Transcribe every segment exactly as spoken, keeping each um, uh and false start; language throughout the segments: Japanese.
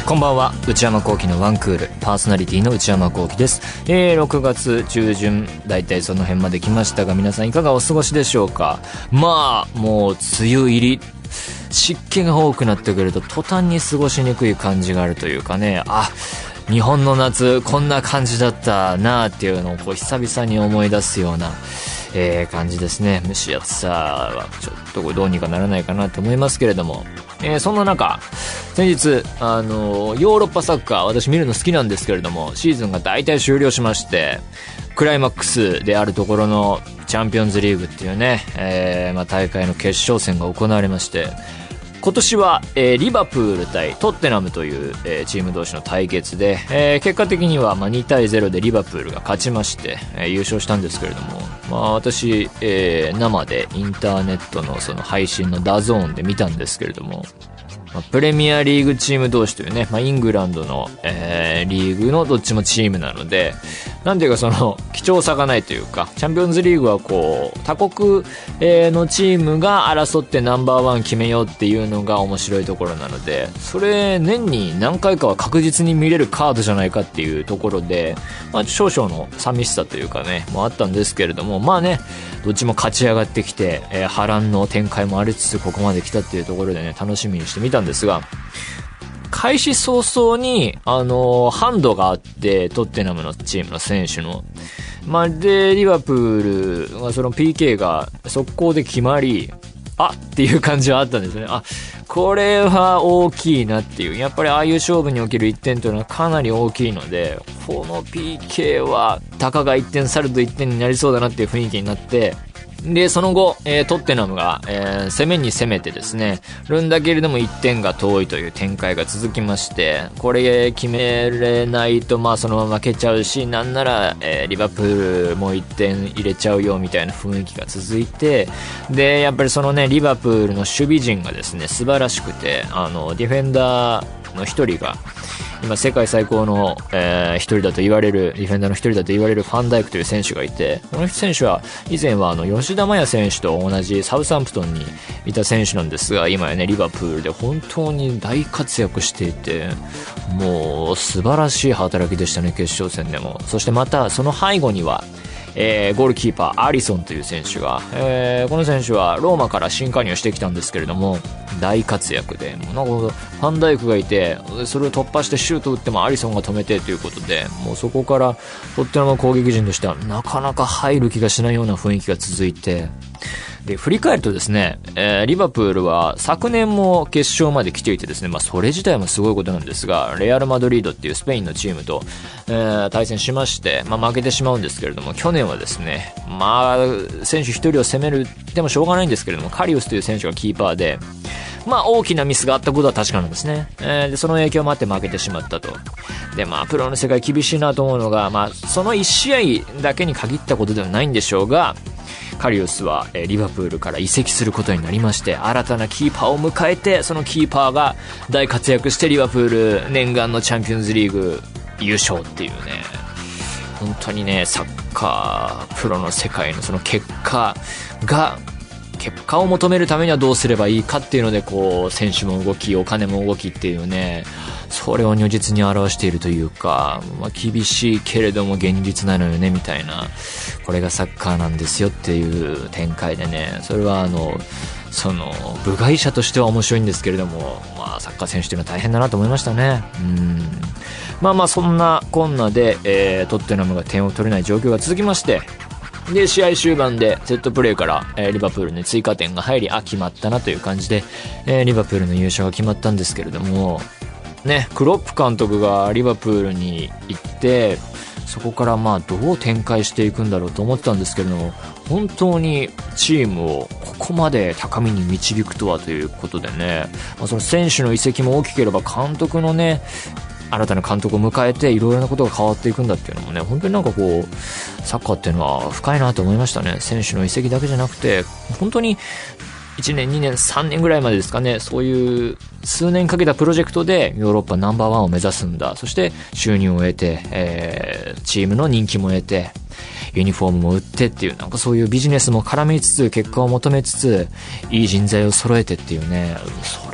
こんばんは、内山聖輝のワンクールパーソナリティの内山聖輝です。えー、ろくがつ中旬だいたいその辺まで来ましたが、皆さんいかがお過ごしでしょうか。まあもう梅雨入り、湿気が多くなってくると途端に過ごしにくい感じがあるというかね、あ、日本の夏こんな感じだったなっていうのをこう久々に思い出すような、えー、感じですね。蒸し暑さはちょっとどうにかならないかなと思いますけれども、えー、そんな中先日あのヨーロッパサッカー、私見るの好きなんですけれども、シーズンが大体終了しまして、クライマックスであるところのチャンピオンズリーグっていうね、えーまあ、大会の決勝戦が行われまして、今年は、えー、リバプール対トッテナムという、えー、チーム同士の対決で、えー、結果的には、まあ、にたいゼロでリバプールが勝ちまして、えー、優勝したんですけれども、まあ、私、えー、生でインターネットのその配信のダゾーンで見たんですけれども、まあ、プレミアリーグチーム同士というね、まあ、イングランドの、えー、リーグのどっちもチームなので、なんていうかその貴重さがないというか、チャンピオンズリーグはこう他国、えー、のチームが争ってナンバーワン決めようっていうのが面白いところなので、それ年に何回かは確実に見れるカードじゃないかっていうところで、まあ、少々の寂しさというかねもあったんですけれども、まあね、どっちも勝ち上がってきて、えー、波乱の展開もありつつここまで来たっていうところでね、楽しみにしてみたんですが、開始早々にあのー、ハンドがあって、トッテナムのチームの選手のまあ、でリバプールがその ピーケー が速攻で決まり、あっていう感じはあったんですね。あ、これは大きいなっていう、やっぱりああいう勝負におけるいってんというのはかなり大きいので、この ピーケー はたかがいってんさるといってんになりそうだなっていう雰囲気になって、でその後、えー、トッテナムが、えー、攻めに攻めてですねるんだけれどもいってんが遠いという展開が続きまして、これ決めれないとまあそのまま負けちゃうし、なんなら、えー、リバプールもいってん入れちゃうよみたいな雰囲気が続いて、でやっぱりそのねリバプールの守備陣がですね素晴らしくて、あのディフェンダーの一人が今世界最高の、えー、一人だと言われるディフェンダーの一人だと言われるファンダイクという選手がいて、この選手は以前はあの吉田麻也選手と同じサウサンプトンにいた選手なんですが、今やねリバプールで本当に大活躍していて、もう素晴らしい働きでしたね、決勝戦でも。そしてまたその背後にはえー、ゴールキーパーアリソンという選手が、えー、この選手はローマから新加入してきたんですけれども大活躍で、もうなんかファンダイクがいてそれを突破してシュート打ってもアリソンが止めてということで、もうそこからトッテナム攻撃陣としてはなかなか入る気がしないような雰囲気が続いて、で振り返るとですね、えー、リバプールは昨年も決勝まで来ていてですね、まあ、それ自体もすごいことなんですが、レアル・マドリードっていうスペインのチームと、えー、対戦しまして、まあ、負けてしまうんですけれども、去年はですね、まあ選手一人を攻めるでもしょうがないんですけれども、カリウスという選手がキーパーで、まあ大きなミスがあったことは確かなんですね、えー、でその影響もあって負けてしまったと。でまあプロの世界厳しいなと思うのが、まあそのいち試合だけに限ったことではないんでしょうが、カリウスは、えー、リバプールから移籍することになりまして、新たなキーパーを迎えて、そのキーパーが大活躍してリバプール念願のチャンピオンズリーグ優勝っていうね、本当にねサッカープロの世界のその結果が結果を求めるためにはどうすればいいかっていうので、こう選手も動きお金も動きっていうね、それを如実に表しているというか、まあ、厳しいけれども現実なのよねみたいな、これがサッカーなんですよっていう展開でね、それはあのその部外者としては面白いんですけれども、まあサッカー選手というのは大変だなと思いましたね。うん、まあまあそんなこんなで、えー、トッテナムが点を取れない状況が続きまして、で試合終盤でセットプレーから、えー、リバプールに追加点が入り、あ決まったなという感じで、えー、リバプールの優勝が決まったんですけれどもね、クロップ監督がリバプールに行って、そこからまあどう展開していくんだろうと思ってたんですけれども、本当にチームをここまで高みに導くとはということでね、まあ、その選手の移籍も大きければ監督のね新たな監督を迎えていろいろなことが変わっていくんだっていうのもね、本当になんかこうサッカーっていうのは深いなと思いましたね。選手の移籍だけじゃなくて、本当にいちねんにねんさんねんぐらいまでですかね、そういう数年かけたプロジェクトでヨーロッパナンバーワンを目指すんだ、そして収入を得て、えー、チームの人気も得てユニフォームも売ってっていう、なんかそういうビジネスも絡めつつ結果を求めつついい人材を揃えてっていうね、それがね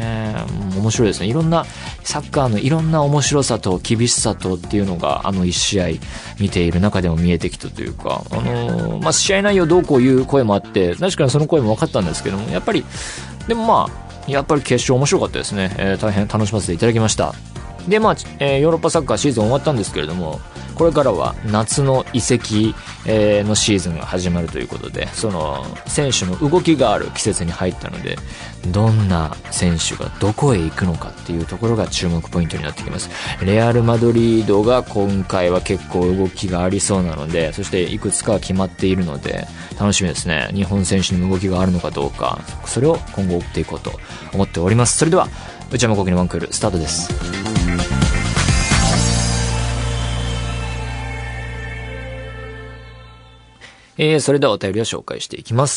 ね。面白いですね。いろんなサッカーのいろんな面白さと厳しさとっていうのがあの一試合見ている中でも見えてきたというか、あのー、まあ、試合内容どうこういう声もあって、確かにその声も分かったんですけども、やっぱりでもまあやっぱり決勝面白かったですね。えー、大変楽しませていただきました。でまあ、えー、ヨーロッパサッカーシーズン終わったんですけれども、これからは夏の移籍、えー、のシーズンが始まるということで、その選手の動きがある季節に入ったので、どんな選手がどこへ行くのかっていうところが注目ポイントになってきます。レアル・マドリードが今回は結構動きがありそうなので、そしていくつか決まっているので楽しみですね。日本選手にも動きがあるのかどうか、それを今後追っていこうと思っております。それでは内山聖輝のワンクールスタートです。えー、それではお便りを紹介していきます。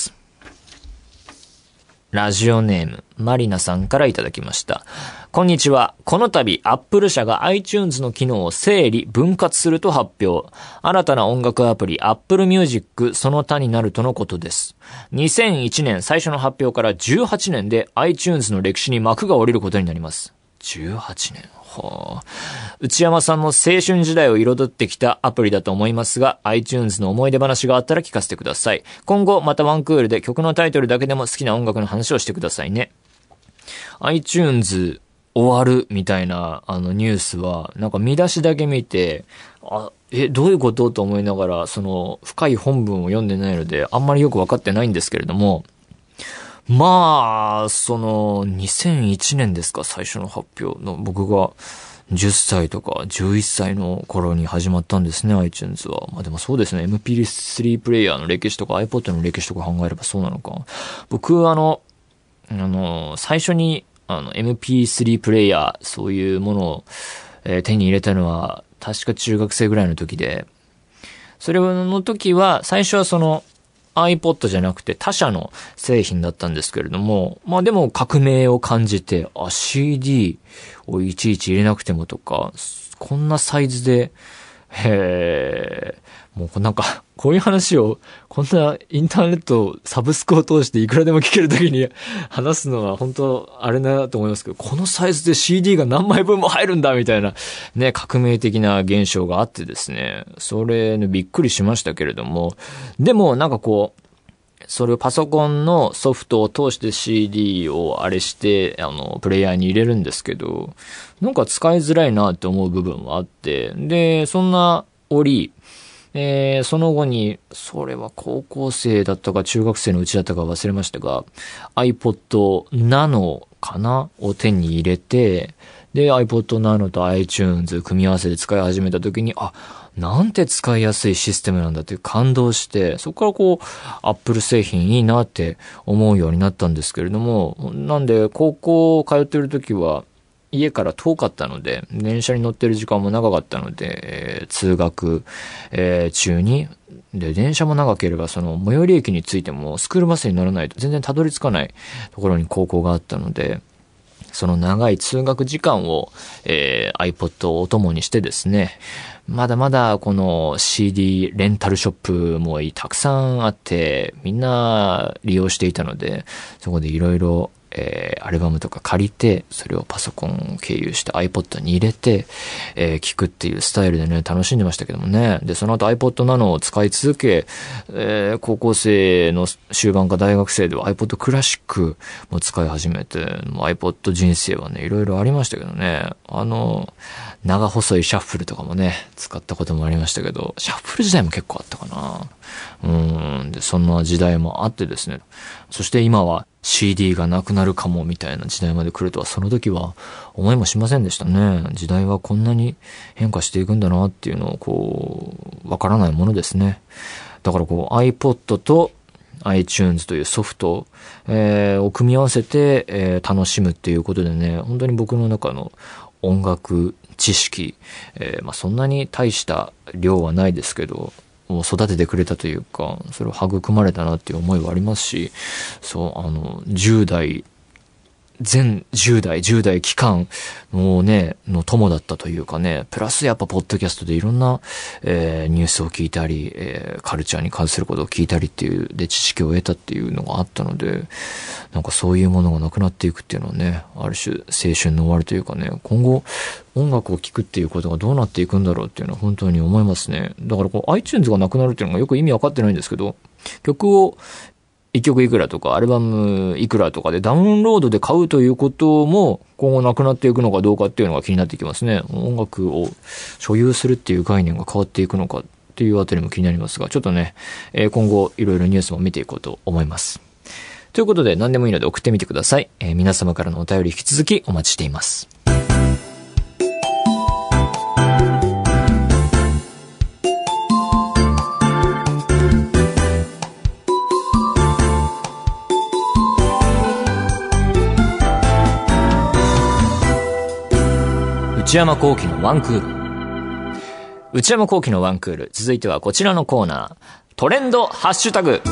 ラジオネームマリナさんからいただきました。こんにちは。この度アップル社が iTunes の機能を整理分割すると発表。新たな音楽アプリ Apple Music その他になるとのことです。にせんいちねん最初の発表からじゅうはちねんで iTunes の歴史に幕が下りることになります。じゅうはちねん。はあ、内山さんの青春時代を彩ってきたアプリだと思いますが、 iTunes の思い出話があったら聞かせてください。今後またワンクールで曲のタイトルだけでも好きな音楽の話をしてくださいね。 iTunes 終わるみたいなあのニュースはなんか見出しだけ見て、あえどういうことと思いながら、その深い本文を読んでないのであんまりよく分かってないんですけれども、まあ、その、にせんいちねんですか、最初の発表の、僕がじゅっさいとかじゅういっさいの頃に始まったんですね、iTunes は。まあでもそうですね、エムピースリー プレイヤーの歴史とか iPod の歴史とか考えればそうなのか。僕、あの、あの、最初に、あの、エムピースリー プレイヤー、そういうものを、えー、手に入れたのは、確か中学生ぐらいの時で、それの時は、最初はその、iPod じゃなくて他社の製品だったんですけれども、まあでも革命を感じて、あ、シーディー をいちいち入れなくてもとか、こんなサイズで、へー、もうなんか、こういう話を、こんなインターネット、サブスクを通していくらでも聞けるときに話すのは本当あれだと思いますけど、このサイズで シーディー が何枚分も入るんだみたいな、ね、革命的な現象があってですね、それね、びっくりしましたけれども、でもなんかこう、それをパソコンのソフトを通して シーディー をあれして、あの、プレイヤーに入れるんですけど、なんか使いづらいなって思う部分はあって、で、そんな折、えー、その後に、それは高校生だったか中学生のうちだったか忘れましたが、iPod Nano かなを手に入れて、で、iPod Nano と iTunes 組み合わせて使い始めた時に、あ、なんて使いやすいシステムなんだって感動して、そこからこう、Apple 製品いいなって思うようになったんですけれども、なんで、高校通ってる時は、家から遠かったので、電車に乗ってる時間も長かったので、えー、通学、えー、中に、で、電車も長ければ、その、最寄り駅に着いても、スクールバスに乗らないと全然たどり着かないところに高校があったので、その長い通学時間を、えー、iPod をお供にしてですね、まだまだこの シーディー レンタルショップもたくさんあって、みんな利用していたので、そこでいろいろえー、アルバムとか借りて、それをパソコンを経由して iPod に入れて、えー、聞くっていうスタイルでね、楽しんでましたけどもね。で、その後 iPod Nano を使い続け、えー、高校生の終盤か大学生では iPod クラシックも使い始めて、iPod 人生はね、いろいろありましたけどね。あの、長細いシャッフルとかもね、使ったこともありましたけど、シャッフル時代も結構あったかな。うん。で、そんな時代もあってですね。そして今は シーディー がなくなるかもみたいな時代まで来るとは、その時は思いもしませんでしたね。時代はこんなに変化していくんだなっていうのをこう、わからないものですね。だからこう iPod と iTunes というソフト、えー、を組み合わせて、えー、楽しむっていうことでね、本当に僕の中の音楽知識、えーまあ、そんなに大した量はないですけど、を育ててくれたというか、それを育まれたなっていう思いはありますし、そう、あの、じゅう代全じゅう代、じゅう代期間のね、の友だったというかね、プラスやっぱポッドキャストでいろんな、えー、ニュースを聞いたり、えー、カルチャーに関することを聞いたりっていう、で、知識を得たっていうのがあったので、なんかそういうものがなくなっていくっていうのはね、ある種青春の終わりというかね、今後音楽を聴くっていうことがどうなっていくんだろうっていうのは本当に思いますね。だからこう iTunes がなくなるっていうのがよく意味わかってないんですけど、曲を一曲いくらとかアルバムいくらとかでダウンロードで買うということも今後なくなっていくのかどうかっていうのが気になってきますね。音楽を所有するっていう概念が変わっていくのかっていうあたりも気になりますが、ちょっとね、えー、今後いろいろニュースも見ていこうと思います。ということで何でもいいので送ってみてください。えー、皆様からのお便り引き続きお待ちしています。内山聖輝のワンクール。内山聖輝のワンクール。続いてはこちらのコーナー。トレンドハッシュタグ。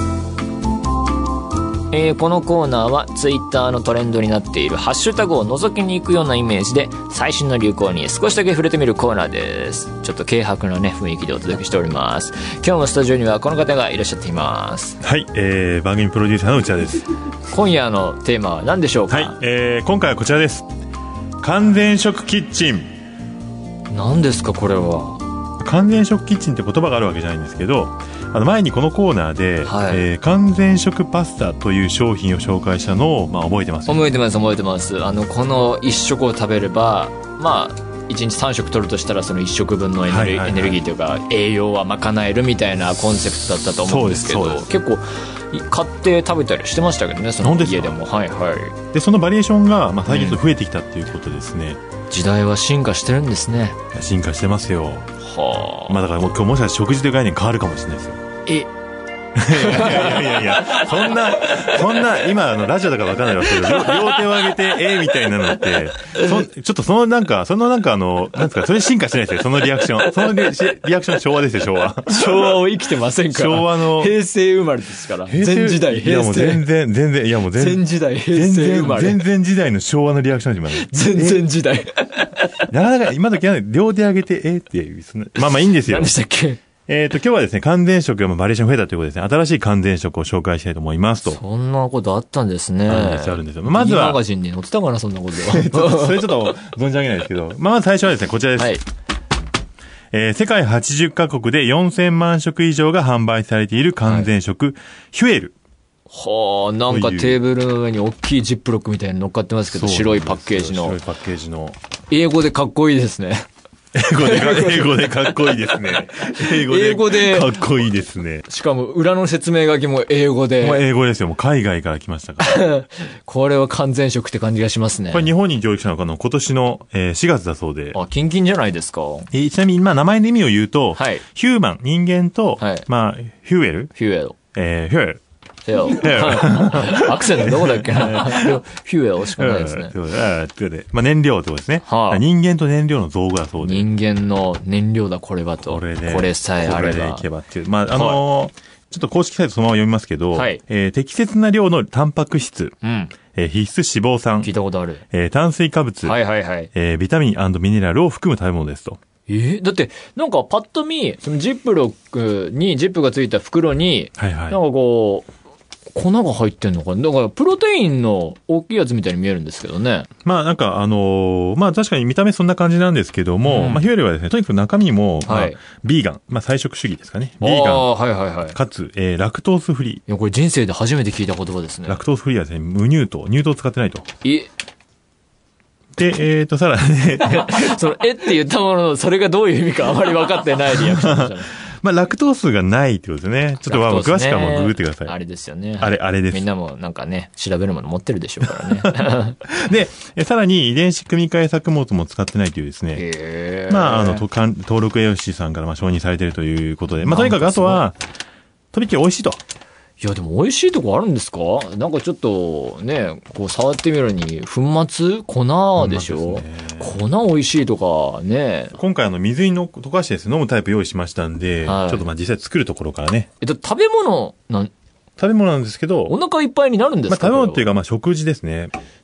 えー、このコーナーはツイッターのトレンドになっているハッシュタグを覗きに行くようなイメージで最新の流行に少しだけ触れてみるコーナーです。ちょっと軽薄なね雰囲気でお届けしております。今日もスタジオにはこの方がいらっしゃっています。 はい、えー、番組プロデューサーの内田です。 今夜のテーマは何でしょうか。 はい、えー、今回はこちらです。完全食キッチン。 何ですかこれは。 完全食キッチンって言葉があるわけじゃないんですけど、あの前にこのコーナーで、はい、えー、完全食パスタという商品を紹介したのを、まあ、覚えてます、ね、 覚えてます覚えてます。あのこの一食を食べればまあいちにちさん食取るとしたらそのいっ食分のエネル、はいはいはい、エネルギーというか栄養は賄えるみたいなコンセプトだったと思うんですけど、結構買って食べたりしてましたけどね、その家でも。はいはい。 でそのバリエーションが、まあ、最近増えてきたっていうことですね、 うん、時代は進化してるんですね。 進化してますよ。 はあ。 まあだからもう今日もしかしたら食事という概念変わるかもしれないですよ。 えいやいやいやいや、そんな、そんな、今あの、ラジオだからわかんないわけど、両手を上げて、えー、みたいなのって、そちょっとそのなんか、そのなんかあの、なんですか、それ進化してないですよ、そのリアクション。そのリ、リアクション昭和ですよ、昭和。 昭和を生きてませんから。昭和の。平成生まれですから。全時代、平成。 いやもう全然、全然、いやもう全然。 全時代、平成生まれ。 全然時代の昭和のリアクションです、今。 全然時代。 なかなか今時は両手上げて、えー、っていう。まあまあいいんですよ。 何でしたっけ。 えっと、今日はですね、完全食がバリエーション増えたということですね、新しい完全食を紹介したいと思いますと。 そんなことあったんですね。 あるんですよ、あるんですよ。まずは。 マガジンに載ってたかな、そんなことは。それちょっと存じ上げないですけど、まあ、最初はですね、こちらです。はい。えー、世界はちじゅっカ国でよんせんまん食以上が販売されている完全食、はい、ヒュエル。 はあ、なんかテーブルの上に大きいジップロックみたいに乗っかってますけど、白いパッケージの。 白いパッケージの。 英語でかっこいいですね。 英語でか、英語でかっこいいですね。英語で。英語で。かっこいいですね。 しかも裏の説明書きも英語で。 もう英語ですよ。もう海外から来ましたから。 これは完全食って感じがしますね。 これ日本に上陸したのかな、今年の、えー、しがつだそうで。 あ、キンキンじゃないですか。 えー、ちなみに、まあ名前の意味を言うと、はい、ヒューマン、人間と、はい、まあ、ヒュエル。 ヒュエル。 えー、ヒュエル。 アクセントどこだっけな。ヒュエルしかないですね。 まあ燃料ってことですね。はあ、人間と燃料の造語だそうで。 人間の燃料だこれはと。 これで。 これさえあれば。 これでいけばっていう。まああのー、ちょっと公式サイトそのまま読みますけど、はい、えー、適切な量のタンパク質、うん、えー、必須脂肪酸、 聞いたことある。 えー、炭水化物、はいはいはい、えー、ビタミン&ミネラルを含む食べ物ですと。 えー、だって、なんかパッと見、そのジップロックに、ジップがついた袋に、はいはい、なんかこう、粉が入ってんのかな。だからプロテインの大きいやつみたいに見えるんですけどね。 まあなんかあのー、まあ確かに見た目そんな感じなんですけども、うん、まあヒュエルはですね、とにかく中身も、まあ、はい、ビーガン、まあ菜食主義ですかね。ビーガン。はいはいはい。かつ、えー、ラクトースフリー。いやこれ人生で初めて聞いた言葉ですね。 ラクトースフリーはですね、無乳糖、乳糖を使ってないと。 えで、えーと、さらにね。 その、えって言ったものの、それがどういう意味かあまり分かってないリアクションでしたね。 まあ、ラクトースがないってことですね。ちょっとまあ、詳しくはもうググってください。 あれですよね。 あれ、あれです。 みんなもなんかね、調べるもの持ってるでしょうからね。 で、さらに遺伝子組み換え作物も使ってないというですね。へー。まあ、あの、登録栄養士さんからまあ承認されているということで。まあ、とにかくあとは、とびっきり美味しいと。 いやでも美味しいとこあるんですか？なんかちょっとね、こう触ってみるに粉末粉でしょ、ね、粉美味しいとかね。 今回あの水にの溶かしてですね、飲むタイプ用意しましたんで、はい、ちょっとまあ実際作るところからね。 えっと食べ物なん食べ物なんですけど、 お腹いっぱいになるんですか？ まあ食べ物っていうかまあ食事ですね。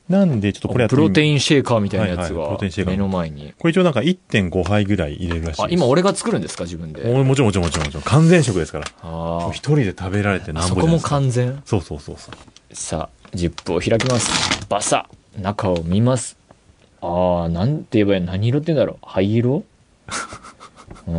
なんで、ちょっとこれやってプロテインシェーカーみたいなやつはいはいプロがテインシェーカー目の前に。 これ一応なんか いってんご 杯ぐらい入れるらしいです。 あ、今俺が作るんですか自分で。 おもちろんもちろんもちろんもちろん。完全食ですから。 ああ。 一人で食べられてなんぼじそこもゃないですか。 完全。 そうそうそうそう。 さあ、ジップを開きます。バサッ。中を見ます。ああ、なんて言えばいいの？何色って言うんだろう？灰色うん、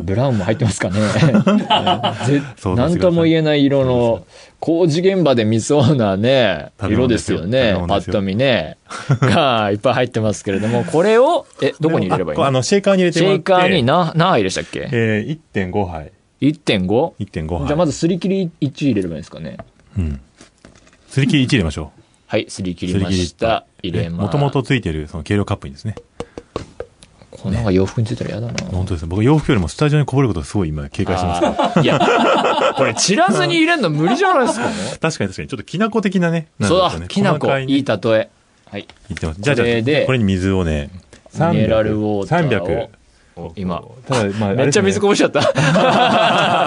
ブラウンも入ってますかね。ぜなんとも言えない色の工事現場で見そうなね、色ですよね。パッと見ね。がいっぱい入ってますけれども、これを、え、どこに入れればいいの？ あの、シェーカーに入れてもらって。 シェーカーに何、何杯でしたっけ？ えー、いってんご 杯。 いってんご？ いってんご 杯。 じゃあまずすり切りいち入れればいいんですかね。 うん。すり切りいち入れましょう。 はい、すり切りました。入れます。 もともとついてるその計量カップにですね。 このなんか洋服についたら嫌だな。 本当ですね。僕洋服よりもスタジオにこぼれることすごい今警戒してます。 いや、これ散らずに入れるの無理じゃないですか。 確かに確かに。ちょっときな粉的なね。 そうだ、きな粉。いい例え。はい。 言ってます。じゃあ、じゃあ、これに水をね、 ミネラルウォーターを。さんびゃく。今。ただ、まあ、めっちゃ水こぼしちゃった。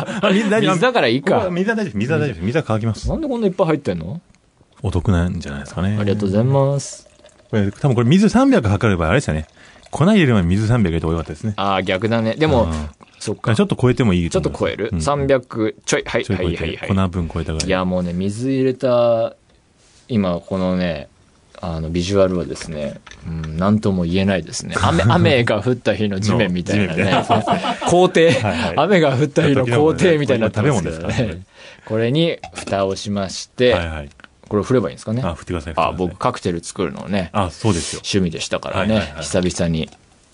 水だからいいか。 水は大丈夫。水は大丈夫。水は乾きます。 なんでこんないっぱい入ってんの？ お得なんじゃないですかね。 ありがとうございます。 これ、多分これ水さんびゃく測ればあれですよね。粉入れる前に水さんびゃく入れた方がよかったですね。 ああ、逆だね。でも、そっか。 ちょっと超えてもいいと思います。ちょっと超える、うん、さんびゃくちょい。はい、はい、はい、はい。 粉分超えたぐらい。 いや、もうね、水入れた、今、このね、あの、ビジュアルはですね、うん、なんとも言えないですね。雨、雨が降った日の地面みたいなね。工程、はいはい。雨が降った日の工程みたいになってますけどね。これに、蓋をしまして、はいはい、これ振ればいいんですかね。 あ、振ってください。 あ、僕カクテル作るのね。 あ、そうですよ。 趣味でしたからね。はいはいはい、久々に。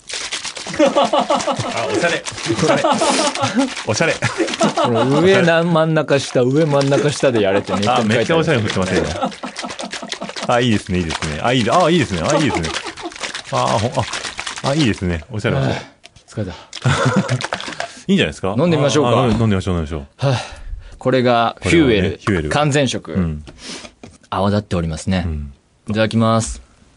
あ、おしゃれ。おしゃれ。おしゃれ。 この上真ん中下、上真ん中下でやれてね。 あ、めっちゃおしゃれ振ってますね。あ、いいですね、いいですね。あ、いい、あ、いいですね。あ、いいですね。あ、ほ、あ、あ、いいですね。おしゃれ。 疲れた。 いいんじゃないですか？ 飲んでみましょうか。 飲んでみましょう、飲んでみましょう。 はあ、これがヒューエル、 ね、ヒューエル完全食、うん、泡立っておりますね、うん、いただきます。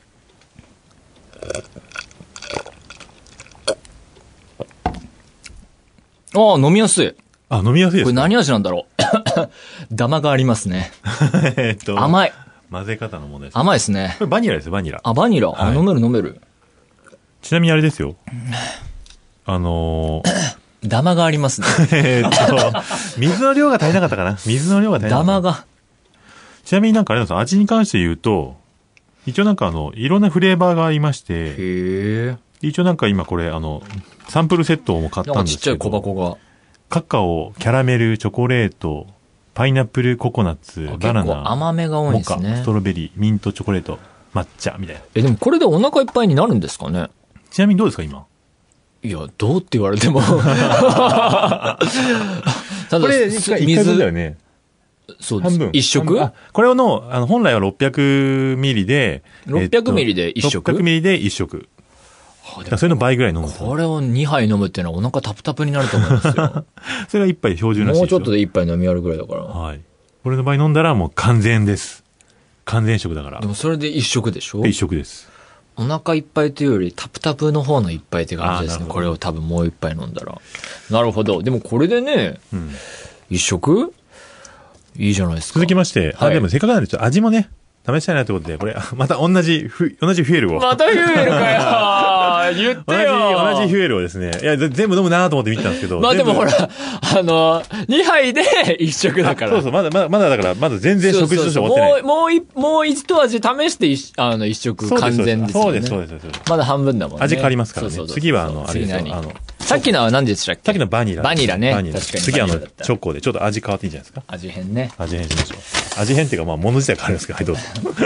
ああ、飲みやすい。 あ、飲みやすいです。 これ何味なんだろう。ダマがありますね。えっと甘い。 混ぜ方の問題です。 甘いですね。 これバニラですよ、バニラ。 あ、バニラ、はい、飲める飲める。 ちなみにあれですよ。あのー、ダマがありますね。 えっと、水の量が足りなかったかな。水の量が足りなかった。 ダマが。 ちなみになんかあれなんですよ、味に関して言うと、一応なんかあの、いろんなフレーバーがありまして、へー。一応なんか今これあの、サンプルセットも買ったんですけど、 ちっちゃい小箱が。 カカオ、キャラメル、チョコレート、パイナップル、ココナッツ、バナナ、 甘めが多いですね。 モカ、ストロベリー、ミント、チョコレート、抹茶みたいな。 え、でもこれでお腹いっぱいになるんですかね？ ちなみにどうですか今？ いや、どうって言われても。ただ、 これ一回分だよね。 そうです。 半分。 一食？ これの、あの、本来はろっぴゃくミリで、 ろっぴゃくミリで一食？ ろっぴゃくミリで一食。それの倍ぐらい飲む。 これをにはい飲むっていうのはお腹タプタプになると思いますよ。 それがいっぱい標準らしいですよ。 もうちょっとでいっぱい飲み終わるぐらいだから。 はい。これの場合飲んだらもう完全です。完全食だから。 でもそれで一食でしょ？ 一食です。 お腹いっぱいというよりタプタプの方のいっぱいって感じですね。これを多分もう一杯飲んだら。なるほど。でもこれでね、うん、一食いいじゃないですか。 続きまして、はい、あ、でもせっかくなんでちょっと味もね、試したいなということで、これ、また同じふ、同じフュエルを。 またフュエルかよ言ってよ同じ、同じフュエルをですね。いや、全部飲むなと思って見てたんですけど。 まあでもほら、あの、にはいでいっ食だから。 そうそう、まだ、まだ、まだだから、まだ全然食事として終わってない。 そうそうそうもう、もうい、もう一味試してい、あの、一食完全ですよね。 そうです、そうです、そうです。 まだ半分だもんね。 味変わりますからね。そうそうそう次は、あの、あれですよ。あの、 さっきのは何でしたっけ？ さっきのバニラ。 バニラね。 バニラ。確かに。次はあの、チョコで、ちょっと味変わっていいんじゃないですか？ 味変ね。 味変しましょう。味変っていうか、まあ、物自体変わりますけど、はい、どうぞ。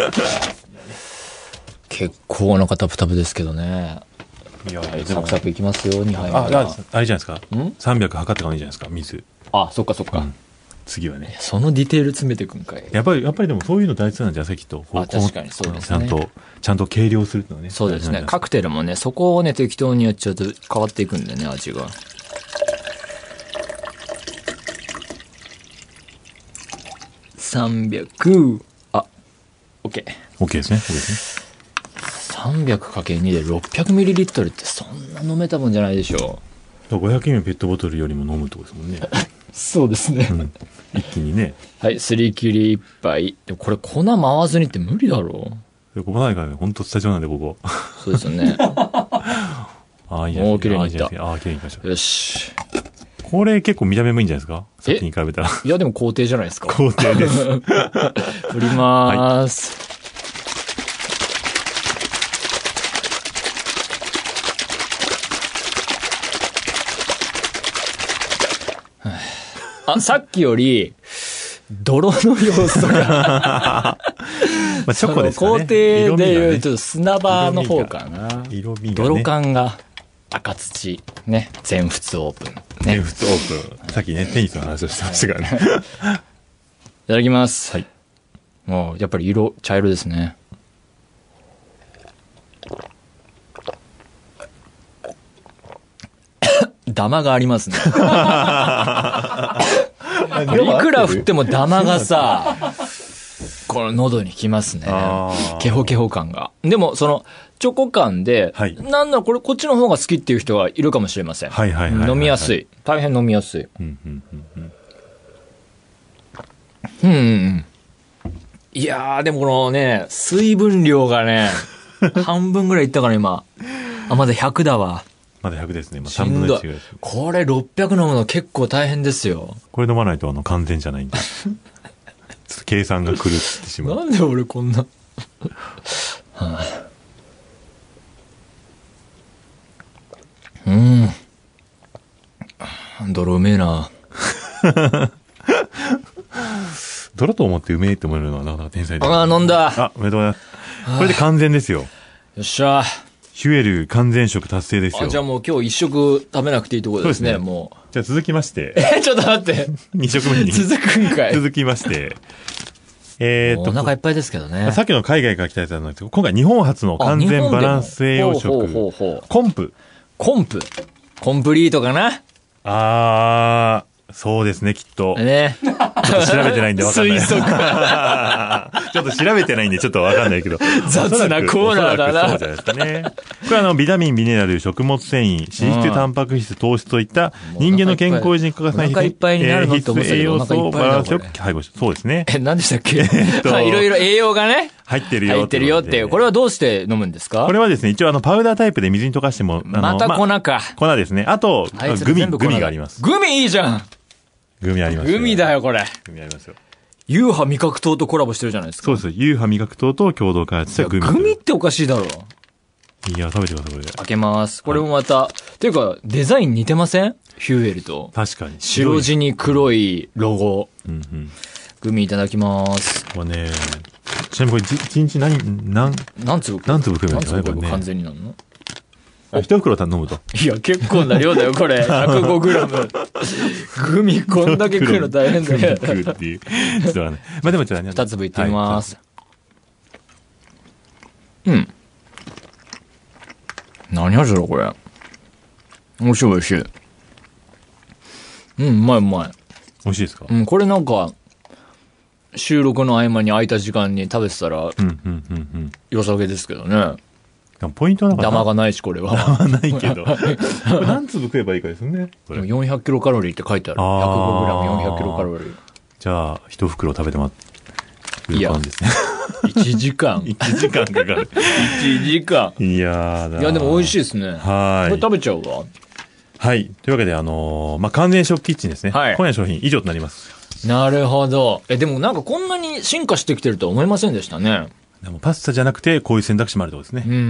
結構お腹タプタプですけどね。いや、サクサクいきますよ、にはいは。 あ、あれじゃないですか。ん ?さんびゃく 測ってからいいじゃないですか、水。 あ、そっかそっか。うん、 次はね。 そのディテール詰めていくんかい。 やっぱり、やっぱりでもそういうの大事なんじゃないきっと。 あ、確かにそうですね。 ちゃんと、ちゃんと計量するってのはね。 そうですね。カクテルもね、そこをね、適当にやっちゃうと変わっていくんだよね、味が。さんびゃく、あ、OK。 OK ですね。OK ですね。 さんびゃくかけるに で ろっぴゃくミリリットル ってそんな飲めたもんじゃないでしょう。ごひゃくミリのペットボトルよりも飲むってことですもんね。 そうですね、 うん。一気にね。 はい、すり切りいっぱい。でもこれ粉回わずにって無理だろう。 ここないからね、本当スタジオなんで、ここ。 そうですよね。 ああ、いいじゃないですか。 おー綺麗にいったああ、綺麗にいきましょう。 よし。 これ結構見た目もいいんじゃないですか、さっきに比べたら。 いや、でも工程じゃないですか。 工程です。 振りまーす。あ、さっきより、泥の要素が。 まあ、チョコですかね。 工程で言う色と砂場の方かな。 色味がね。 泥感が赤土。ね。全仏オープン。ね。 全仏オープン。さっきね、テニスの話をしてましたからね。 いただきます。 はい。 もう、やっぱり色、茶色ですね。ダマがありますね。いくら振ってもダマがさ、この喉にきますね。ケホケホ感が。でも、その、チョコ感で、はい、なんだろ、これ、こっちの方が好きっていう人がいるかもしれません。 はいはいはいはいはい、 飲みやすい。大変飲みやすい。うんうんうんうん。うんうん。いやー、でもこのね、水分量がね、半分ぐらいいったから今。あ、まだひゃくだわ。 まだひゃくですね。まあ、さんぶんのいちぐらいです。 これろっぴゃく飲むの結構大変ですよ。 これ飲まないとあの完全じゃないんで。ちょっと計算が狂ってしまう。 なんで俺こんな。はあ、うん。泥うめえな。 泥と思ってうめえって思えるのはなかなか天才だ。 ああ、飲んだ。 あ、おめでとうございます。これで完全ですよ。 よっしゃ。 ヒュエル完全食達成ですよ。 あ、じゃあもう今日一食食べなくていいところですね、そうですね。もう。 じゃあ続きまして。 え、ちょっと待って。 に食目に。 続くんかい。 続きまして。えー、っと。 お腹いっぱいですけどね。 さっきの海外から来たやつなんですけど、今回日本初の完全バランス栄養食。ほうほうほうほう。コンプ。 コンプ。コンプリートかな。 あー。そうですね、きっと。ね。ちょっと調べてないんでわかんない。推測。ちょっと調べてないんでちょっとわかんないけど。 雑なコーナーだな。 そうじゃないですかね。これはあの、ビタミン、ミネラル、食物繊維、脂質、タンパク質、糖質といった人間の健康維持に欠かせない必須栄養素をバランスよく配合して、そうですね。 え、何でしたっけ？いろいろ栄養がね。 入ってるよ。 入ってるよって。これはどうして飲むんですか？ これはですね、一応あの、パウダータイプで水に溶かしても、 また粉か。 粉ですね。あと、グミ、グミがあります。 グミいいじゃん。 グミありますよ。 グミだよ、これ。 グミありますよ。 ユーハ味覚糖とコラボしてるじゃないですか。 そうです。ユーハ味覚糖と共同開発したグミ。 グミっておかしいだろ。 いや、食べてください、これで。 開けます。これもまた、っていうか、デザイン似てません？ヒューエルと。 確かに。 白地に黒いロゴ。うんうん。グミいただきます。 これね、ちなみにこれ一日何、何、 何粒何粒食えばいいんですかね、 これね。完全になるの？ あ、一袋飲むと。 いや、結構な量だよ、これ。ひゃくごグラム。グミこんだけ食うの大変だよ。 食うっていう。ちょっとね。まあでもちょっとね。 二粒いってみます。うん。何味だ、これ。美味しい美味しい。うん、うまいうまい。 美味しいですか？ うん、これなんか、収録の合間に空いた時間に食べてたら、うん、うん、うん、うん。良さげですけどね。 ポイントはなんかダマがないし、これは。 ダマないけど。何粒食えばいいかですね。 これよんひゃくキロカロリーって書いてある。ひゃくごグラムよんひゃくキロカロリー。 じゃあ、一袋食べてもらっていい感じですね。 いちじかん。 いちじかんかかる。 いちじかん。いやーだ。 いや、でも美味しいですね。 はい。 これ食べちゃうわ。 はい。というわけで、あのー、まあ、完全食キッチンですね。はい。今夜の商品以上となります。 なるほど。え、でもなんかこんなに進化してきてるとは思いませんでしたね。 でもパスタじゃなくて、こういう選択肢もあるとですね。 うんうん。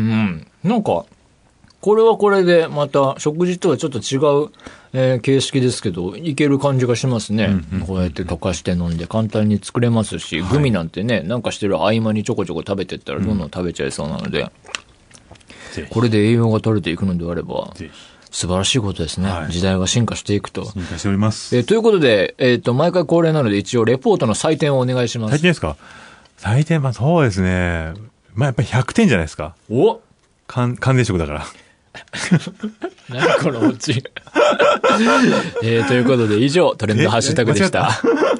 なんか、これはこれで、また、食事とはちょっと違う、えー、形式ですけど、いける感じがしますね。うんうん、こうやって溶かして飲んで簡単に作れますし、はい、グミなんてね、なんかしてる合間にちょこちょこ食べてったら、どんどん食べちゃいそうなので、うん、これで栄養が取れていくのであれば、素晴らしいことですね。はい、時代が進化していくと。 進化しております。 えー、ということで、えっ、ー、と、毎回恒例なので、一応、レポートの採点をお願いします。 採点ですか？採点、まあそうですね。まあやっぱりひゃくてんじゃないですか。 お完全食だから。 何このオチ。えー、ということで以上、トレンドハッシュタグでした。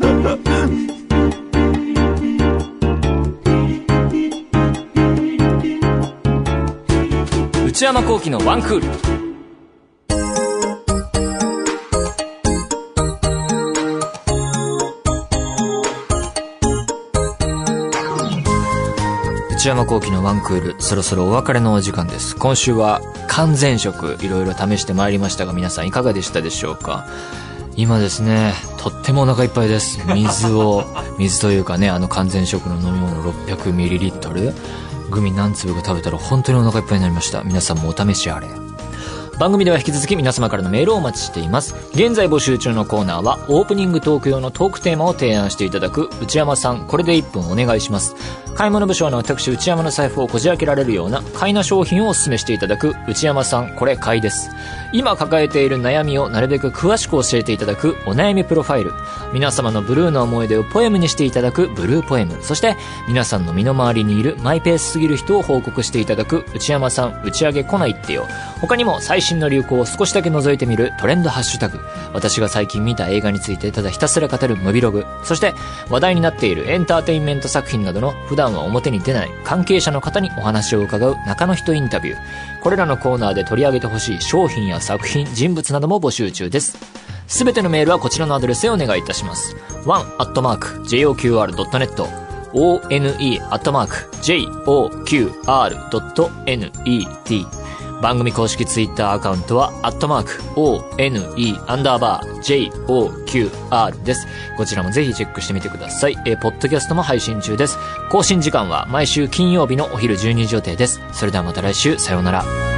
内山聖輝のワンクール。内内山聖輝のワンクール、そろそろお別れのお時間です。今週は完全食いろいろ試してまいりましたが、皆さんいかがでしたでしょうか。今ですね、とってもお腹いっぱいです。水を水というかね、あの完全食の飲み物 ろっぴゃくミリリットル グミ何粒か食べたら本当にお腹いっぱいになりました。皆さんもお試しあれ。番組では引き続き皆様からのメールをお待ちしています。現在募集中のコーナーはオープニングトーク用のトークテーマを提案していただく内山さんこれでいっぷんお願いします。買い物不詳の私内山の財布をこじ開けられるような買いな商品をお勧めしていただく内山さんこれ買いです。今抱えている悩みをなるべく詳しく教えていただくお悩みプロファイル、皆様のブルーの思い出をポエムにしていただくブルーポエム、そして皆さんの身の回りにいるマイペースすぎる人を報告していただく内山さん打ち上げ来ないってよ。他にも最新の流行を少しだけ覗いてみるトレンドハッシュタグ、私が最近見た映画についてただひたすら語るムビログ、そして話題になっているエンターテインメント作品などの普段は表に出ない関係者の方にお話を伺う中の人インタビュー、これらのコーナーで取り上げてほしい商品や作品、人物なども募集中です。すべてのメールはこちらのアドレスへお願いいたします。ワン アットマーク ジェイオーキューアール ドットネット オーエヌイー アットマーク ジェイオーキューアール ドットネット。番組公式ツイッターアカウントはアットマーク オーエヌイー アンダーバー ジェイオーキューアール です。こちらもぜひチェックしてみてください。えー、ポッドキャストも配信中です。更新時間は毎週金曜日のお昼じゅうにじ予定です。それではまた来週、さようなら。